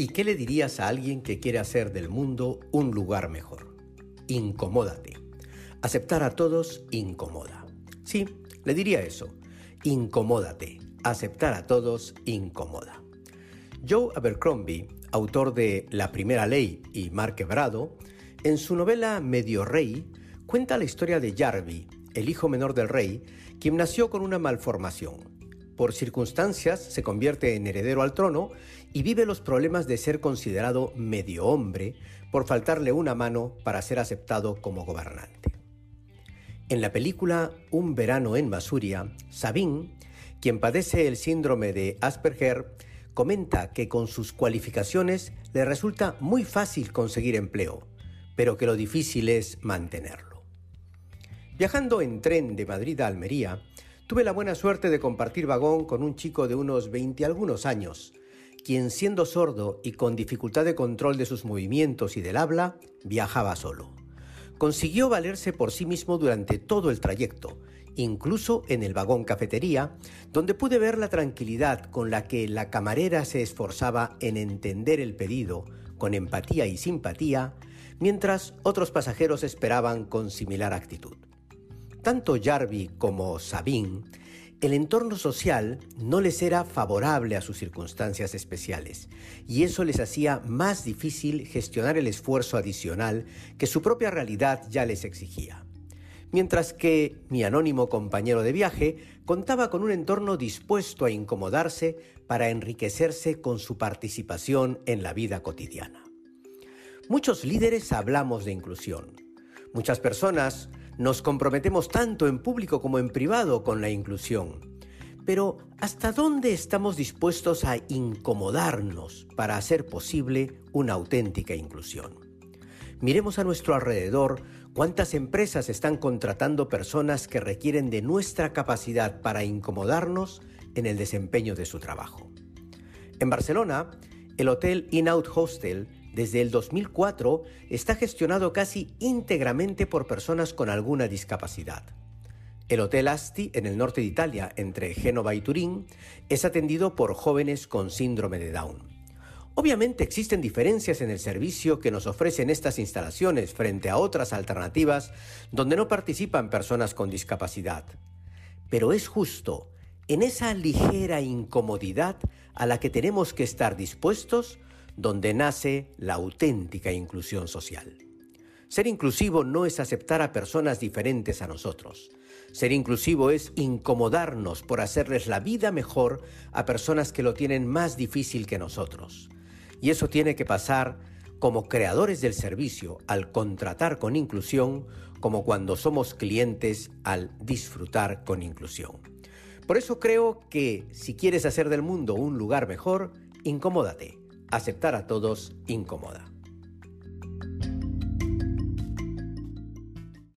¿Y qué le dirías a alguien que quiere hacer del mundo un lugar mejor? Incomódate. Aceptar a todos incomoda. Sí, le diría eso. Incomódate. Aceptar a todos incomoda. Joe Abercrombie, autor de La Primera Ley y Mar Quebrado, en su novela Medio Rey, cuenta la historia de Jarvie, el hijo menor del rey, quien nació con una malformación. Por circunstancias se convierte en heredero al trono y vive los problemas de ser considerado medio hombre por faltarle una mano para ser aceptado como gobernante. En la película Un verano en Masuria, Sabine, quien padece el síndrome de Asperger, comenta que con sus cualificaciones le resulta muy fácil conseguir empleo, pero que lo difícil es mantenerlo. Viajando en tren de Madrid a Almería, tuve la buena suerte de compartir vagón con un chico de unos 20 y algunos años, quien siendo sordo y con dificultad de control de sus movimientos y del habla, viajaba solo. Consiguió valerse por sí mismo durante todo el trayecto, incluso en el vagón cafetería, donde pude ver la tranquilidad con la que la camarera se esforzaba en entender el pedido con empatía y simpatía, mientras otros pasajeros esperaban con similar actitud. Tanto Jarvie como Sabine, el entorno social no les era favorable a sus circunstancias especiales, y eso les hacía más difícil gestionar el esfuerzo adicional que su propia realidad ya les exigía. Mientras que mi anónimo compañero de viaje contaba con un entorno dispuesto a incomodarse para enriquecerse con su participación en la vida cotidiana. Muchos líderes hablamos de inclusión. Muchas personas nos comprometemos tanto en público como en privado con la inclusión. Pero ¿hasta dónde estamos dispuestos a incomodarnos para hacer posible una auténtica inclusión? Miremos a nuestro alrededor cuántas empresas están contratando personas que requieren de nuestra capacidad para incomodarnos en el desempeño de su trabajo. En Barcelona, el hotel In-Out Hostel, desde el 2004, está gestionado casi íntegramente por personas con alguna discapacidad. El Hotel Asti, en el norte de Italia, entre Génova y Turín, es atendido por jóvenes con síndrome de Down. Obviamente existen diferencias en el servicio que nos ofrecen estas instalaciones frente a otras alternativas donde no participan personas con discapacidad. Pero es justo en esa ligera incomodidad a la que tenemos que estar dispuestos donde nace la auténtica inclusión social. Ser inclusivo no es aceptar a personas diferentes a nosotros. Ser inclusivo es incomodarnos por hacerles la vida mejor a personas que lo tienen más difícil que nosotros. Y eso tiene que pasar como creadores del servicio al contratar con inclusión, como cuando somos clientes al disfrutar con inclusión. Por eso creo que si quieres hacer del mundo un lugar mejor, incomódate. Aceptar a todos incomoda.